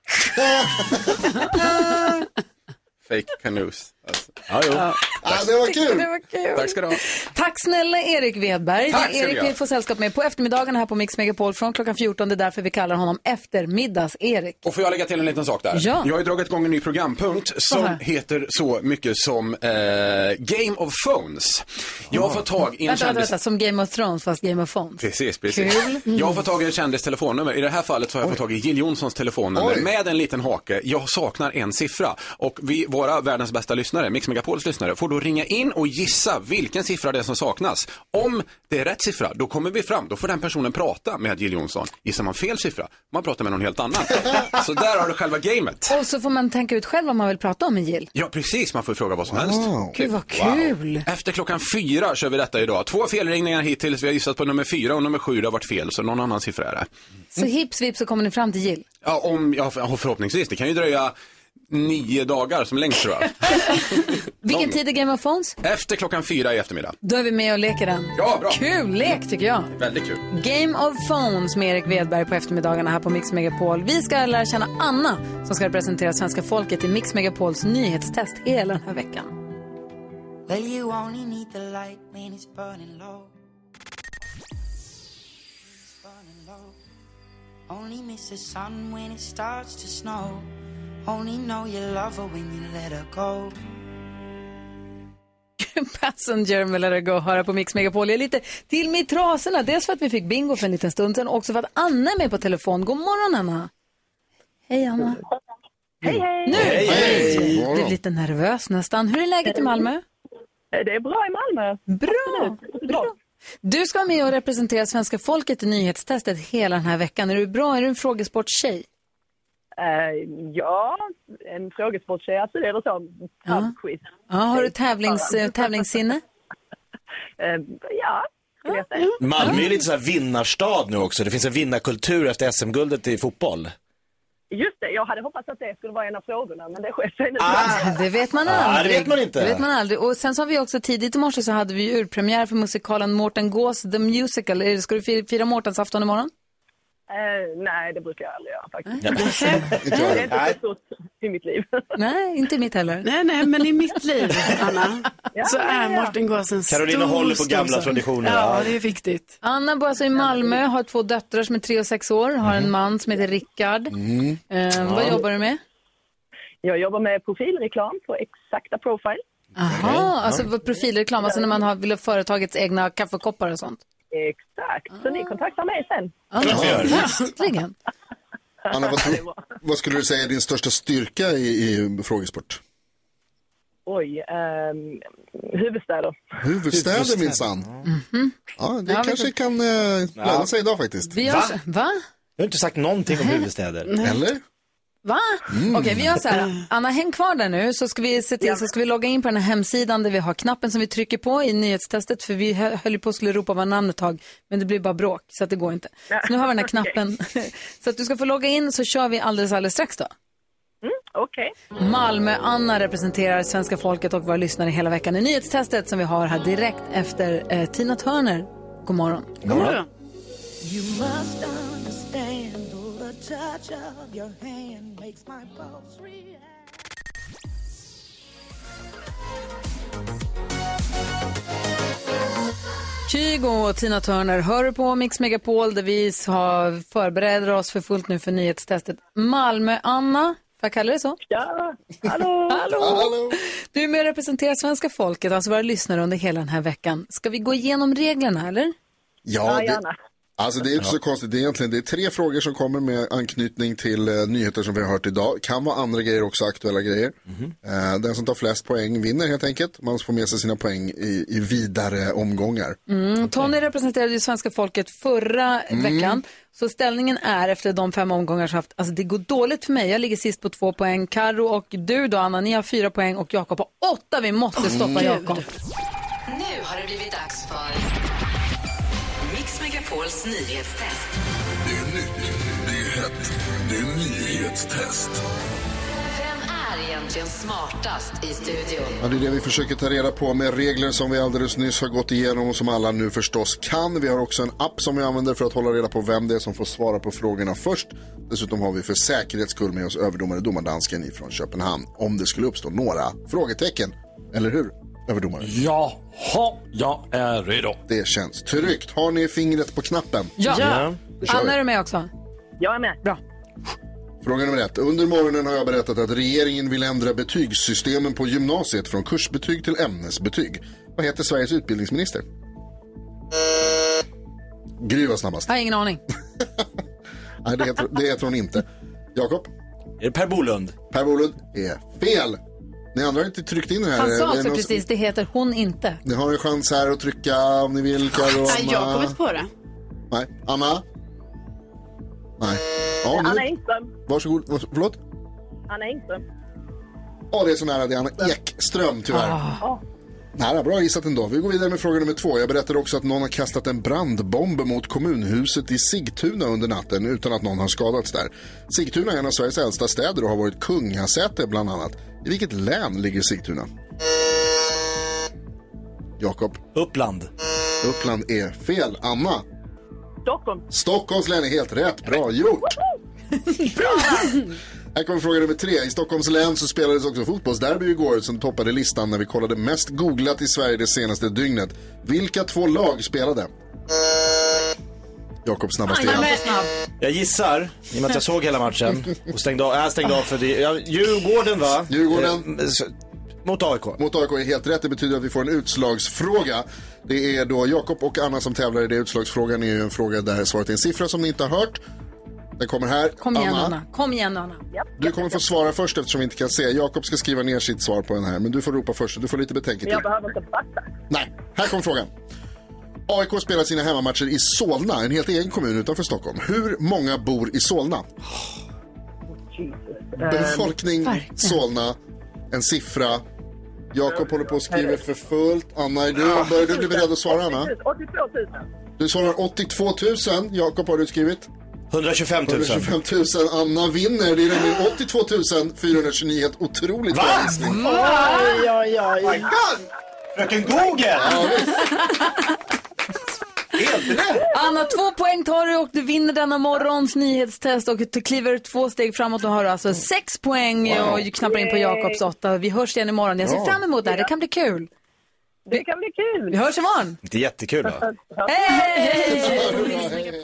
Fake canoes. Alltså. Det var kul. Tack ska du ha. Tack snälla Erik Wedberg. Tack det är Erik vi får sällskap med på eftermiddagen här på Mix Megapol från klockan 14. Det är därför vi kallar honom eftermiddags-Erik. Och får jag lägga till en liten sak där? Ja. Jag har ju dragit igång en ny programpunkt som heter så mycket som Game of Phones. Jag har fått tag i en Vänta, som Game of Thrones fast Game of Phones. Precis. Kul. Jag har fått tag i en kändis telefonnummer. I det här fallet så har jag fått tag i Jill Johnsons telefonnummer med en liten hake. Jag saknar en siffra. Och våra världens bästa lyssnare, Mix Megapols lyssnare får då ringa in och gissa vilken siffra det är som saknas. Om det är rätt siffra, då kommer vi fram. Då får den personen prata med Jill Johnson. Gissar man fel siffra, man pratar med någon helt annan. Så där har du själva gamet. Och så får man tänka ut själv vad man vill prata om med Jill. Ja, precis. Man får fråga vad som helst. Gud, vad kul. Efter 4:00 kör vi detta idag. 2 felringningar hittills. Vi har gissat på nummer 4 och nummer 7 har varit fel. Så någon annan siffra är det. Så hips vips så kommer ni fram till Jill. Ja, förhoppningsvis. Det kan ju dröja 9 dagar som längst, tror jag. Vilken tid är Game of Thrones? Efter 4:00 i eftermiddag. Då är vi med och leker den. Ja, bra. Kul lek tycker jag. Väldigt kul. Game of Phones med Erik Wedberg på eftermiddagarna här på Mix Megapol. Vi ska lära känna Anna som ska representera svenska folket i Mix Megapols nyhetstest hela den här veckan. Well, you only need the light when it's burning low. It's burning low. Only miss the sun when it starts to snow. Only know you love her when you let her go. Passenger med Let Her Go höra på Mix Megapol. Jag är lite till med trasorna. Dels för att vi fick bingo för en liten stund sedan. Också för att Anna är med på telefon. God morgon, Anna. Hej, Anna. Hej, hej. Nu! Hej. Jag blev lite nervös nästan. Hur är läget i Malmö? Det är bra i Malmö. Bra. Du ska vara med och representera svenska folket i nyhetstestet hela den här veckan. Är du bra? Är du en frågesporttjej? Ja, en frågesporttjej, alltså det är så. Pubquiz. Ja, har du tävlingssinne? Ja, skulle jag säga. Malmö är lite så här vinnarstad nu också. Det finns en vinnarkultur efter SM-guldet i fotboll. Just det, jag hade hoppats att det skulle vara en av frågorna, men det sker sig nu. Det vet man aldrig. Det vet man inte. Det vet man aldrig. Och sen så har vi också tidigt i morse så hade vi urpremiär för musikalen Mårten Gås The Musical. Ska du fira Mårtens afton imorgon? Nej, det brukar jag aldrig göra faktiskt. Det är inte så stort i mitt liv. Nej, inte i mitt heller. Nej, men i mitt liv, Anna, så är Mårten Gås en Carolina håller på gamla traditioner. Ja, det är viktigt. Anna bor alltså i Malmö, har 2 döttrar som är 3 och 6 år, har en man som heter Rickard. Vad jobbar du med? Jag jobbar med profilreklam på Exakta Profile. Aha, alltså profilreklam, alltså när man vill ha företagets egna kaffekoppar och sånt. Exakt, så ni kontaktar mig sen. Verkligen. Anna, vad skulle du säga är din största styrka i frågesport? Oj, huvudstäder. Huvudstäder minsann. Ja, det kanske kan löna sig idag faktiskt. Va? Jag har inte sagt någonting om huvudstäder. Eller? Va? Okej, vi gör så här. Anna, häng kvar där nu så ska vi se till så ska vi logga in på den här hemsidan där vi har knappen som vi trycker på i nyhetstestet, för vi höll på att skulle ropa vad namnet tag, men det blir bara bråk så att det går inte. Så nu har vi den här knappen. Så att du ska få logga in så kör vi alldeles strax då. Okej. Malmö Anna representerar svenska folket och våra lyssnare hela veckan i nyhetstestet som vi har här direkt efter Tina Turner. God morgon. God morgon. You must understand the touch of your hand makes my pulse react. Kygo och Tina Turner hör på Mix Megapol där vi förbereder oss för fullt nu för nyhetstestet. Malmö Anna, får jag kalla det så? Ja, hallå. Du är med och representerar svenska folket, alltså våra lyssnare under hela den här veckan. Ska vi gå igenom reglerna eller? Ja, gärna. Alltså det är inte så konstigt, det är 3 frågor som kommer med anknytning till nyheter som vi har hört idag. Kan vara andra grejer också, aktuella grejer. Den som tar flest poäng vinner helt enkelt. Man får med sig sina poäng i vidare omgångar. Tony representerade ju svenska folket förra veckan. Så ställningen är efter de 5 omgångar så haft, alltså det går dåligt för mig. Jag ligger sist på 2 poäng. Karo och du då Anna, ni har 4 poäng och Jakob har 8. Vi måste stoppa Jakob. Nu har det blivit dags för Mix Megapols nyhetstest. Det är nytt, det är hett, det är nyhetstest. Vem är egentligen smartast i studion? Ja, det är det vi försöker ta reda på med regler som vi alldeles nyss har gått igenom och som alla nu förstås kan. Vi har också en app som vi använder för att hålla reda på vem det är som får svara på frågorna först. Dessutom har vi för säkerhets skull med oss överdomare domardansken ifrån Köpenhamn. Om det skulle uppstå några frågetecken, eller hur? Överdomare. Ja, jag är redo. Det känns tryggt. Har ni fingret på knappen? Ja. Anna, är du med också? Jag är med. Bra. Fråga nummer 1. Under morgonen har jag berättat att regeringen vill ändra betygssystemen på gymnasiet från kursbetyg till ämnesbetyg. Vad heter Sveriges utbildningsminister? Gry var snabbast. Jag har ingen aning. Nej, det heter hon inte. Jakob? Är det Per Bolund? Per Bolund är fel. Ni andra har inte tryckt in här. Han sa också precis, det heter hon inte. Ni har en chans här att trycka om ni vill, Karo. Nej, jag kommer inte på det. Nej, Anna? Nej. Ja, Anna Engström. Varsågod, förlåt? Anna Engström. Ja, det är så nära, det är Anna Ekström tyvärr. Nära, bra gissat ändå. Vi går vidare med fråga nummer 2. Jag berättade också att någon har kastat en brandbomb mot kommunhuset i Sigtuna under natten utan att någon har skadats där. Sigtuna är en av Sveriges äldsta städer och har varit kungasäte bland annat. I vilket län ligger Sigtuna? Jakob? Uppland. Uppland är fel. Anna? Stockholm. Stockholms län är helt rätt. Bra gjort. Här kommer fråga nummer 3. I Stockholms län så spelades också fotbollsderby igår som toppade listan när vi kollade mest googlat i Sverige det senaste dygnet. Vilka 2 lag spelade? Jakob snabbast igen. Jag gissar, i och med att jag såg hela matchen och stängde av för det. Djurgården, va? Djurgården. Mot AIK. Mot AIK är helt rätt. Det betyder att vi får en utslagsfråga. Det är då Jakob och Anna som tävlar i det. Utslagsfrågan är ju en fråga där svaret är en siffra som ni inte har hört. Den kommer här. Kom igen, Anna. Du kommer få svara först eftersom vi inte kan se. Jakob ska skriva ner sitt svar på den här. Men du får ropa först. Du får lite betänketid. Jag behöver inte backa. Nej, här kommer frågan. AIK spelar sina hemmamatcher i Solna, en helt egen kommun utanför Stockholm. Hur många bor i Solna? Befolkning, Solna, en siffra. Jakob håller på att skriva för fullt. Anna, börjar du bli beredd att svara, Anna? 82 000. Du svarar 82 000. Jakob, har du skrivit? 125 000. 125 000. Anna vinner. Det är nämligen 82 429. Helt otroligt bra gissning. My God! Fröken Google! Ja, helt rätt. Anna, 2 poäng tar du och du vinner denna morgons nyhetstest och du kliver 2 steg framåt och har alltså 6 poäng och knappar in på Jakobs 8. Vi hörs igen imorgon. Jag ser fram emot det här. Det kan bli kul. Det kan bli kul. Vi hörs imorgon. Inte jättekul då. Hej!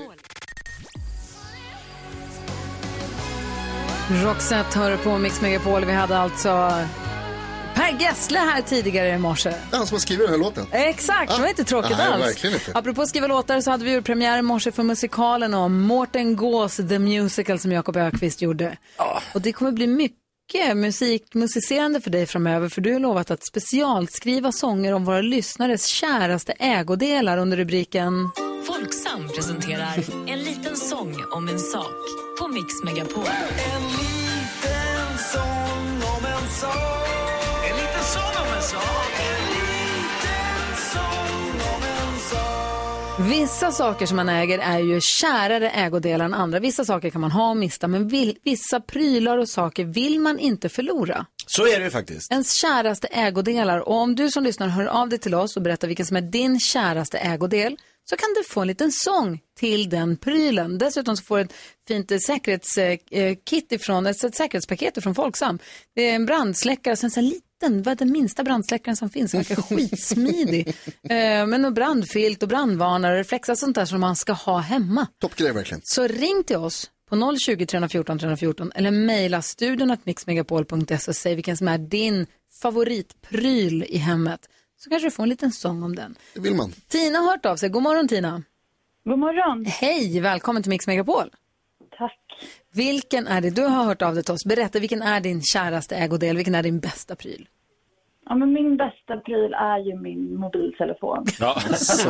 Roxette hör på Mix Megapol. Vi hade alltså Per Gessle här tidigare i morse. Han som har skrivit den här låten. Exakt, det var inte tråkigt alls. Verkligen inte. Apropå skriva låtar så hade vi ju premiär i morse för musikalen om Mårten Gås The Musical som Jakob Ökvist gjorde. Och det kommer bli mycket musicerande för dig framöver, för du har lovat att specialskriva sånger om våra lyssnares käraste ägodelar under rubriken Folksam presenterar En liten sång om en sak på Mix Megapol. En liten sång om en sak. En liten sång om en sak. En liten sång om en sak. Vissa saker som man äger är ju kärare ägodelar än andra. Vissa saker kan man ha och mista, men vissa prylar och saker vill man inte förlora. Så är det ju faktiskt. Ens käraste ägodelar. Och om du som lyssnar hör av dig till oss och berättar vilken som är din käraste ägodel, så kan du få en liten sång till den prylen. Dessutom så får du ett fint säkerhetskit ifrån, ett säkerhetspaket från Folksam. Det är en brandsläckare, sen så liten, vad är den minsta brandsläckaren som finns? Verkar skitsmidig. Men och brandfilt och brandvarnare, reflexar, sånt där som man ska ha hemma. Toppgrej verkligen. Så ring till oss på 020 314 314 eller mejla studion@mixmegapol.se och säg vilken som är din favoritpryl i hemmet. Så kanske du får en liten sång om den. Det vill man. Tina har hört av sig. God morgon, Tina. God morgon. Hej, välkommen till Mix Megapol. Tack. Vilken är det du har hört av dig till oss? Berätta, vilken är din käraste ägodel? Vilken är din bästa pryl? Ja, men min bästa pryl är ju min mobiltelefon. Ja,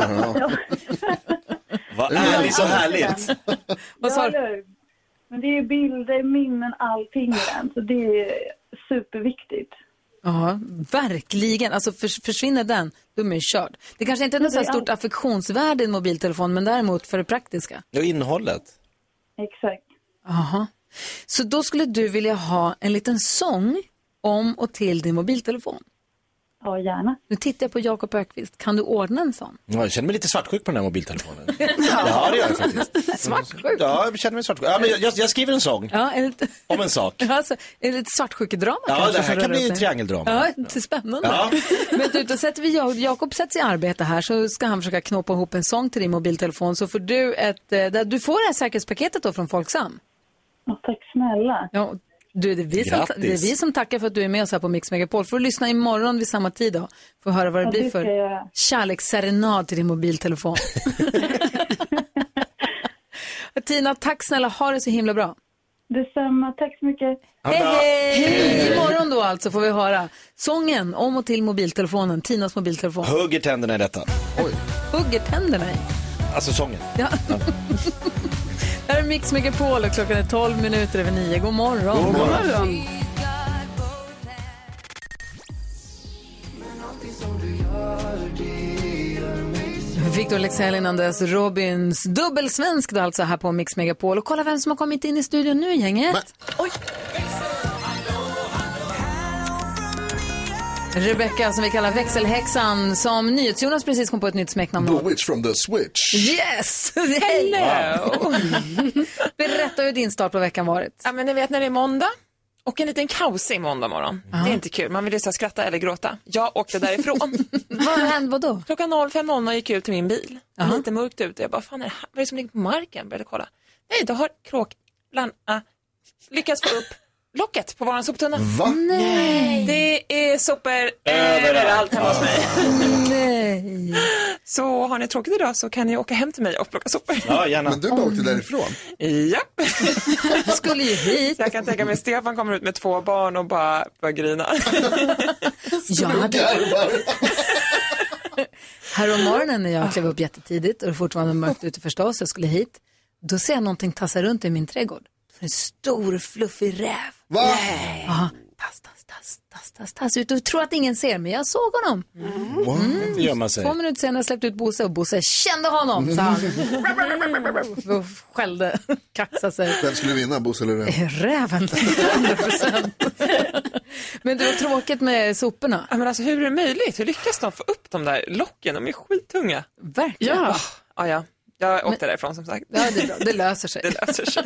vad ärligt så härligt. Vad sa du? Men det är bilder, minnen, allting i den. Så det är superviktigt. Ja, verkligen. Alltså försvinner den, då är man ju körd. Det kanske inte är något så stort affektionsvärde i en mobiltelefon, men däremot för det praktiska. Och innehållet. Exakt. Aha. Så då skulle du vilja ha en liten sång om och till din mobiltelefon? Ja, gärna. Nu tittar jag på Jakob Ökvist. Kan du ordna en sån? Ja, jag känner mig lite svartsjuk på den här mobiltelefonen. Ja, det gör jag faktiskt. Svartsjuk? Ja, jag känner mig svartsjuk. Ja, men jag skriver en sång. Ja, om en sak. Alltså, är det ett svartsjukedrama? Ja, det här kan bli ett triangeldrama. Ja, det är spännande. Ja. Men då sätter vi Jakob sätts i arbete här, så ska han försöka knåpa ihop en sång till din mobiltelefon, så får du du får det här säkerhetspaketet då från Folksam. Ja, tack snälla. Ja, det är vi som tackar för att du är med oss här på Mix Megapol. Får du lyssna imorgon vid samma tid då? Får höra vad det blir för kärleksserenad till din mobiltelefon. Tina, tack snälla. Ha det så himla bra. Detsamma. Tack så mycket. Hej! Imorgon då alltså får vi höra sången om och till mobiltelefonen, Tinas mobiltelefon. Hugger tänderna i detta. Oj. Hugger tänderna i? Alltså sången. Ja. Här är Mix Megapol och klockan är 12:12. God morgon. God morgon. Victor Leksell innan dess, Robins dubbelsvensk då alltså här på Mix Megapol. Och kolla vem som har kommit in i studion nu, gänget. Oj. Rebecca, som vi kallar växelhäxan, som NyhetsJonas precis kom på ett nytt smeknamn. The Witch from the Switch. Yes! Hello! Wow. Berätta hur din start på veckan varit. Ja, men ni vet när det är måndag och en liten kaosig måndag morgon. Det är inte kul, man vill ju så skratta eller gråta. Jag åkte därifrån. Vad hände, vadå? Klockan 05.00 gick jag ut till min bil. Lite mörkt ut. Jag bara, fan är det här? Vad är det som ligger på marken? Började kolla. Nej, då har kråkbland lyckats få upp locket på våran soptunna. Va? Nej. Det är sopor överallt hemma hos mig. Nej. Så har ni tråkigt idag så kan ni åka hem till mig och plocka sopor. Ja, gärna. Men du bara åkte därifrån? Japp. Skulle ju hit. Jag kan tänka mig Stefan kommer ut med 2 barn och bara grinar. Här om morgonen när jag klev upp jättetidigt och det fortfarande mörkt ute förstås, jag skulle hit. Då ser jag någonting tassa runt i min trädgård. En stor fluffig räv. Va? Ja, tass ut och tror att ingen ser, men jag såg honom. Det gör man sig. 2 minuter senare släppte ut Bosse och Bosse kände honom. Så han skällde, kaxade sig. Vem skulle vinna, Bosse eller räven? Räven, 100%. Men det var tråkigt med soporna. Ja, men alltså hur är det möjligt? Hur lyckas de få upp de där locken? De är skittunga. Verkligen. Ja. Jag åkte därifrån som sagt. Ja, det är bra. Det löser sig. Det löser sig.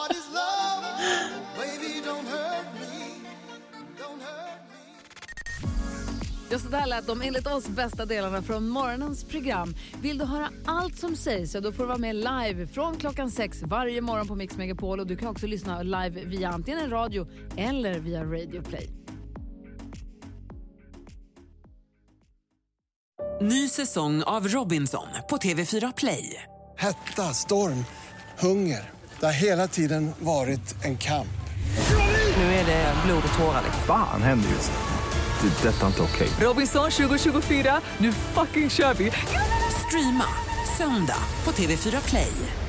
Just det här lät de enligt oss bästa delarna från morgonens program. Vill du höra allt som sägs så då får du vara med live från klockan 6 varje morgon på Mix Megapol. Och du kan också lyssna live via antingen en radio eller via Radio Play. Ny säsong av Robinson på TV4 Play. Hetta, storm, hunger. Det har hela tiden varit en kamp. Nu är det blod och tårar. Fan händer just det. Det är detta inte okej. Robinson 2024, nu fucking kör vi. Streama söndag på TV4 Play.